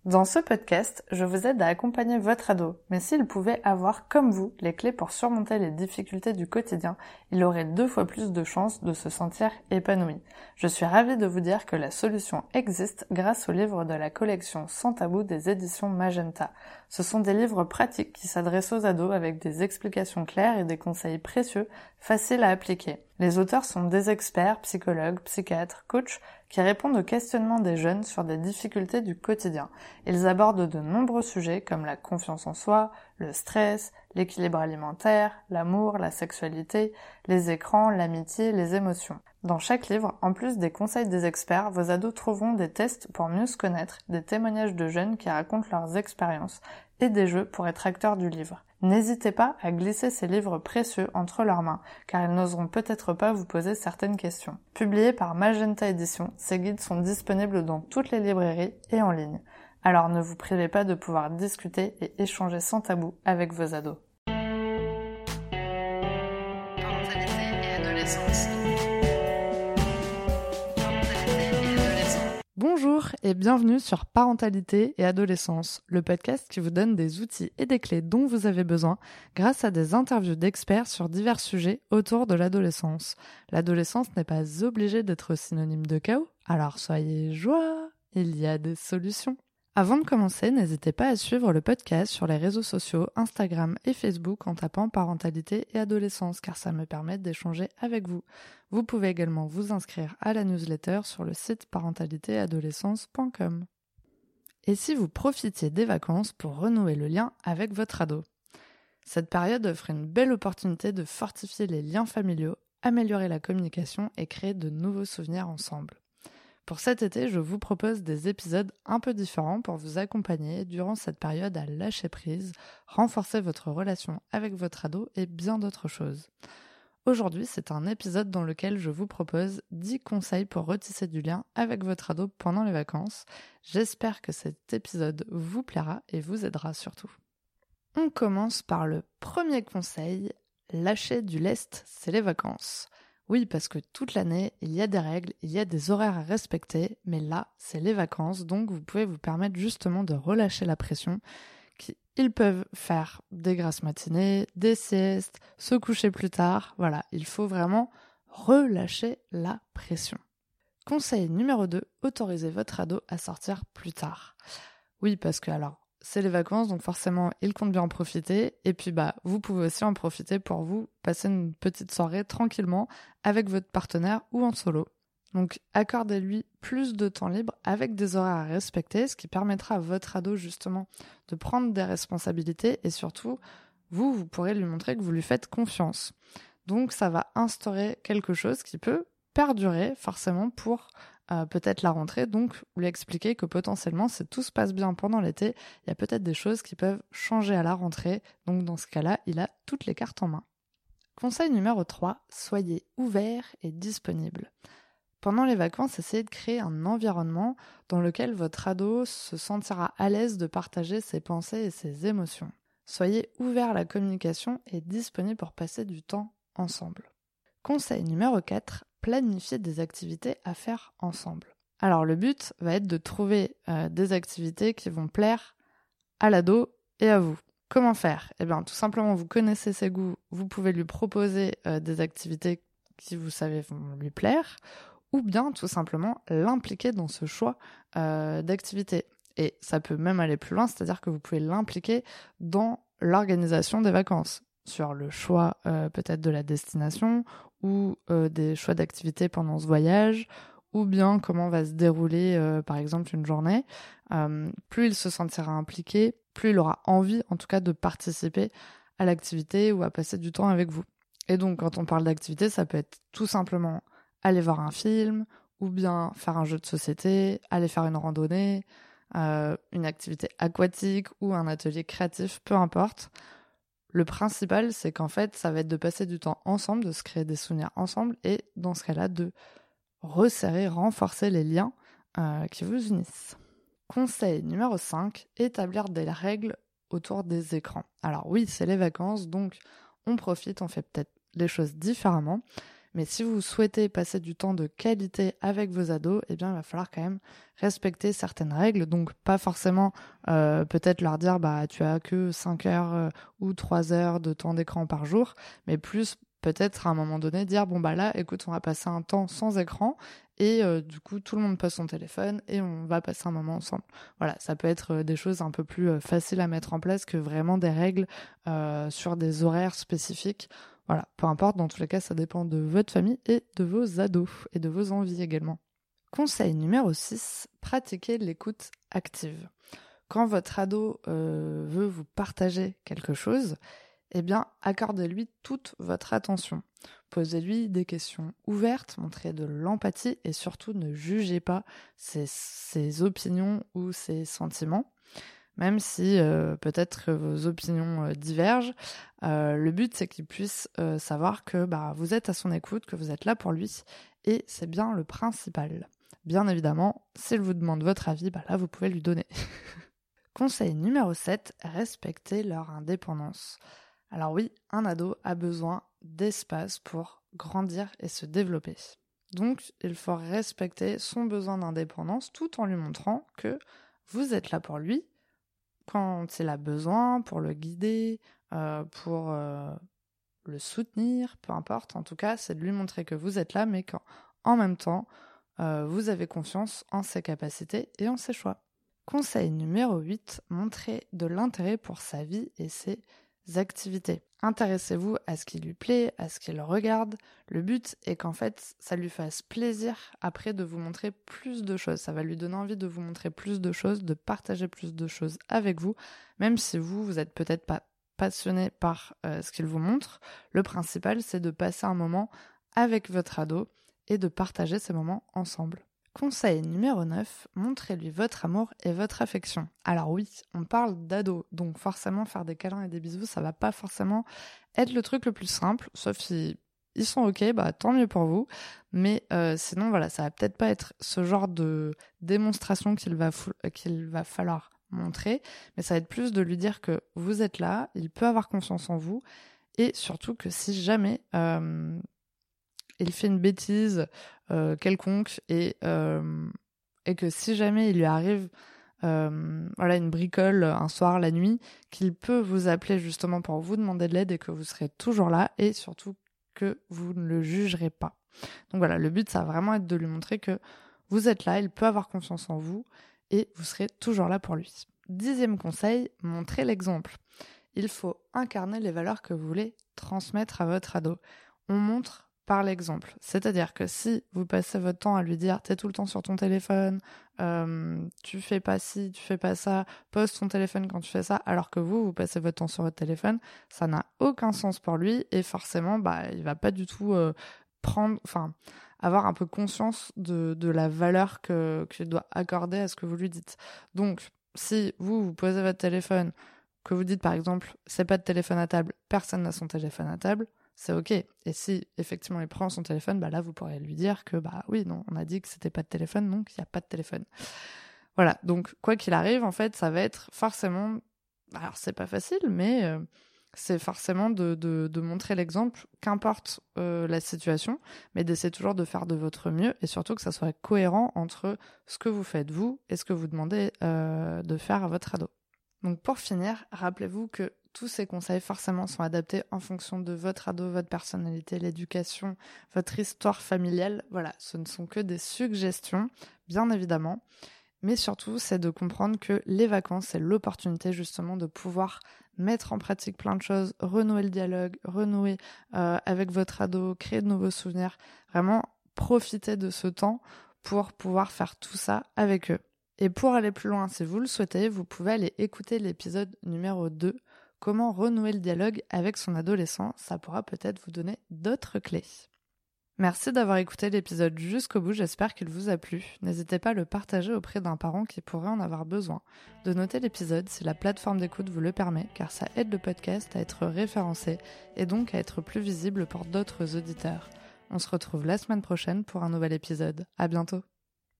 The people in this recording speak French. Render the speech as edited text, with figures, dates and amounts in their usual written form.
Dans ce podcast, je vous aide à accompagner votre ado, mais s'il pouvait avoir, comme vous, les clés pour surmonter les difficultés du quotidien, il aurait 2 fois plus de chances de se sentir épanoui. Je suis ravie de vous dire que la solution existe grâce aux livres de la collection Sans Tabou des éditions Magenta. Ce sont des livres pratiques qui s'adressent aux ados avec des explications claires et des conseils précieux, faciles à appliquer. Les auteurs sont des experts, psychologues, psychiatres, coachs, qui répondent aux questionnements des jeunes sur des difficultés du quotidien. Ils abordent de nombreux sujets comme la confiance en soi, le stress, l'équilibre alimentaire, l'amour, la sexualité, les écrans, l'amitié, les émotions. Dans chaque livre, en plus des conseils des experts, vos ados trouveront des tests pour mieux se connaître, des témoignages de jeunes qui racontent leurs expériences et des jeux pour être acteurs du livre. N'hésitez pas à glisser ces livres précieux entre leurs mains, car ils n'oseront peut-être pas vous poser certaines questions. Publiés par Magenta Éditions, ces guides sont disponibles dans toutes les librairies et en ligne. Alors ne vous privez pas de pouvoir discuter et échanger sans tabou avec vos ados. Parentalité et adolescence. Bonjour et bienvenue sur Parentalité et Adolescence, le podcast qui vous donne des outils et des clés dont vous avez besoin grâce à des interviews d'experts sur divers sujets autour de l'adolescence. L'adolescence n'est pas obligée d'être synonyme de chaos, alors soyez joie, il y a des solutions. Avant de commencer, n'hésitez pas à suivre le podcast sur les réseaux sociaux, Instagram et Facebook en tapant Parentalité et Adolescence car ça me permet d'échanger avec vous. Vous pouvez également vous inscrire à la newsletter sur le site parentalitéadolescence.com. Et si vous profitiez des vacances pour renouer le lien avec votre ado? Cette période offre une belle opportunité de fortifier les liens familiaux, améliorer la communication et créer de nouveaux souvenirs ensemble. Pour cet été, je vous propose des épisodes un peu différents pour vous accompagner durant cette période à lâcher prise, renforcer votre relation avec votre ado et bien d'autres choses. Aujourd'hui, c'est un épisode dans lequel je vous propose 10 conseils pour retisser du lien avec votre ado pendant les vacances. J'espère que cet épisode vous plaira et vous aidera surtout. On commence par le premier conseil, lâcher du lest, c'est les vacances. Oui, parce que toute l'année, il y a des règles, il y a des horaires à respecter, mais là, c'est les vacances, donc vous pouvez vous permettre justement de relâcher la pression. Ils peuvent faire des grasses matinées, des siestes, se coucher plus tard, voilà, il faut vraiment relâcher la pression. Conseil numéro 2, autorisez votre ado à sortir plus tard. Oui, parce que c'est les vacances, donc forcément, il compte bien en profiter. Et puis, vous pouvez aussi en profiter pour vous passer une petite soirée tranquillement avec votre partenaire ou en solo. Donc, accordez-lui plus de temps libre avec des horaires à respecter, ce qui permettra à votre ado, justement, de prendre des responsabilités et surtout, vous pourrez lui montrer que vous lui faites confiance. Donc, ça va instaurer quelque chose qui peut perdurer, forcément, pour peut-être la rentrée, donc lui expliquer que potentiellement, si tout se passe bien pendant l'été, il y a peut-être des choses qui peuvent changer à la rentrée, donc dans ce cas-là, il a toutes les cartes en main. Conseil numéro 3, soyez ouvert et disponible. Pendant les vacances, essayez de créer un environnement dans lequel votre ado se sentira à l'aise de partager ses pensées et ses émotions. Soyez ouvert à la communication et disponible pour passer du temps ensemble. Conseil numéro 4, planifier des activités à faire ensemble. Alors le but va être de trouver des activités qui vont plaire à l'ado et à vous. Comment faire ? Eh bien tout simplement, vous connaissez ses goûts, vous pouvez lui proposer des activités qui vous savez vont lui plaire, ou bien tout simplement l'impliquer dans ce choix d'activités. Et ça peut même aller plus loin, c'est-à-dire que vous pouvez l'impliquer dans l'organisation des vacances, sur le choix peut-être de la destination ou des choix d'activités pendant ce voyage, ou bien comment va se dérouler par exemple une journée. Plus il se sentira impliqué, plus il aura envie en tout cas de participer à l'activité ou à passer du temps avec vous. Et donc quand on parle d'activité, ça peut être tout simplement aller voir un film, ou bien faire un jeu de société, aller faire une randonnée, une activité aquatique ou un atelier créatif, peu importe. Le principal, c'est qu'en fait, ça va être de passer du temps ensemble, de se créer des souvenirs ensemble et, dans ce cas-là, de resserrer, renforcer les liens qui vous unissent. Conseil numéro 5, établir des règles autour des écrans. Alors oui, c'est les vacances, donc on profite, on fait peut-être les choses différemment, Mais si vous souhaitez passer du temps de qualité avec vos ados, eh bien, il va falloir quand même respecter certaines règles. Donc, pas forcément peut-être leur dire tu as que 5 heures ou 3 heures de temps d'écran par jour, mais plus peut-être à un moment donné dire là, écoute, on va passer un temps sans écran et du coup, tout le monde pose son téléphone et on va passer un moment ensemble. Voilà, ça peut être des choses un peu plus faciles à mettre en place que vraiment des règles sur des horaires spécifiques. Voilà, peu importe, dans tous les cas, ça dépend de votre famille et de vos ados et de vos envies également. Conseil numéro 6, pratiquez l'écoute active. Quand votre ado veut vous partager quelque chose, eh bien, accordez-lui toute votre attention. Posez-lui des questions ouvertes, montrez de l'empathie et surtout ne jugez pas ses opinions ou ses sentiments. Même si peut-être que vos opinions divergent, le but c'est qu'il puisse savoir que vous êtes à son écoute, que vous êtes là pour lui, et c'est bien le principal. Bien évidemment, s'il vous demande votre avis, là vous pouvez lui donner. Conseil numéro 7, respectez leur indépendance. Alors oui, un ado a besoin d'espace pour grandir et se développer. Donc il faut respecter son besoin d'indépendance tout en lui montrant que vous êtes là pour lui, quand il a besoin, pour le guider, pour le soutenir, peu importe. En tout cas, c'est de lui montrer que vous êtes là, mais qu'en même temps, vous avez confiance en ses capacités et en ses choix. Conseil numéro 8, montrez de l'intérêt pour sa vie et ses activités. Intéressez-vous à ce qui lui plaît, à ce qu'il regarde. Le but est qu'en fait, ça lui fasse plaisir après de vous montrer plus de choses. Ça va lui donner envie de vous montrer plus de choses, de partager plus de choses avec vous, même si vous êtes peut-être pas passionné par ce qu'il vous montre. Le principal, c'est de passer un moment avec votre ado et de partager ces moments ensemble. Conseil numéro 9, montrez-lui votre amour et votre affection. Alors oui, on parle d'ado, donc forcément faire des câlins et des bisous, ça va pas forcément être le truc le plus simple, sauf si ils sont ok, tant mieux pour vous. Mais sinon, voilà, ça va peut-être pas être ce genre de démonstration qu'il va falloir montrer, mais ça va être plus de lui dire que vous êtes là, il peut avoir confiance en vous, et surtout que si jamais il fait une bêtise quelconque et que si jamais il lui arrive une bricole un soir, la nuit, qu'il peut vous appeler justement pour vous demander de l'aide et que vous serez toujours là et surtout que vous ne le jugerez pas. Donc voilà, le but ça va vraiment être de lui montrer que vous êtes là, il peut avoir confiance en vous et vous serez toujours là pour lui. 10e conseil, montrez l'exemple. Il faut incarner les valeurs que vous voulez transmettre à votre ado. On montre par l'exemple. C'est-à-dire que si vous passez votre temps à lui dire t'es tout le temps sur ton téléphone, tu fais pas ci, tu fais pas ça, pose ton téléphone quand tu fais ça, alors que vous passez votre temps sur votre téléphone, ça n'a aucun sens pour lui et forcément il va pas du tout avoir un peu conscience de la valeur qu'il doit accorder à ce que vous lui dites. Donc si vous posez votre téléphone, que vous dites par exemple c'est pas de téléphone à table, personne n'a son téléphone à table, c'est ok. Et si effectivement il prend son téléphone, là vous pourrez lui dire que oui, non, on a dit que c'était pas de téléphone, donc il n'y a pas de téléphone. Voilà, donc quoi qu'il arrive, en fait, ça va être forcément, alors c'est pas facile, mais c'est forcément de montrer l'exemple, qu'importe la situation, mais d'essayer toujours de faire de votre mieux et surtout que ça soit cohérent entre ce que vous faites vous et ce que vous demandez de faire à votre ado. Donc pour finir, rappelez-vous que tous ces conseils forcément sont adaptés en fonction de votre ado, votre personnalité, l'éducation, votre histoire familiale. Voilà, ce ne sont que des suggestions, bien évidemment. Mais surtout, c'est de comprendre que les vacances, c'est l'opportunité justement de pouvoir mettre en pratique plein de choses, renouer le dialogue, renouer avec votre ado, créer de nouveaux souvenirs. Vraiment, profiter de ce temps pour pouvoir faire tout ça avec eux. Et pour aller plus loin, si vous le souhaitez, vous pouvez aller écouter l'épisode numéro 2, comment renouer le dialogue avec son adolescent. Ça pourra peut-être vous donner d'autres clés. Merci d'avoir écouté l'épisode jusqu'au bout, j'espère qu'il vous a plu. N'hésitez pas à le partager auprès d'un parent qui pourrait en avoir besoin. De noter l'épisode si la plateforme d'écoute vous le permet, car ça aide le podcast à être référencé et donc à être plus visible pour d'autres auditeurs. On se retrouve la semaine prochaine pour un nouvel épisode. À bientôt.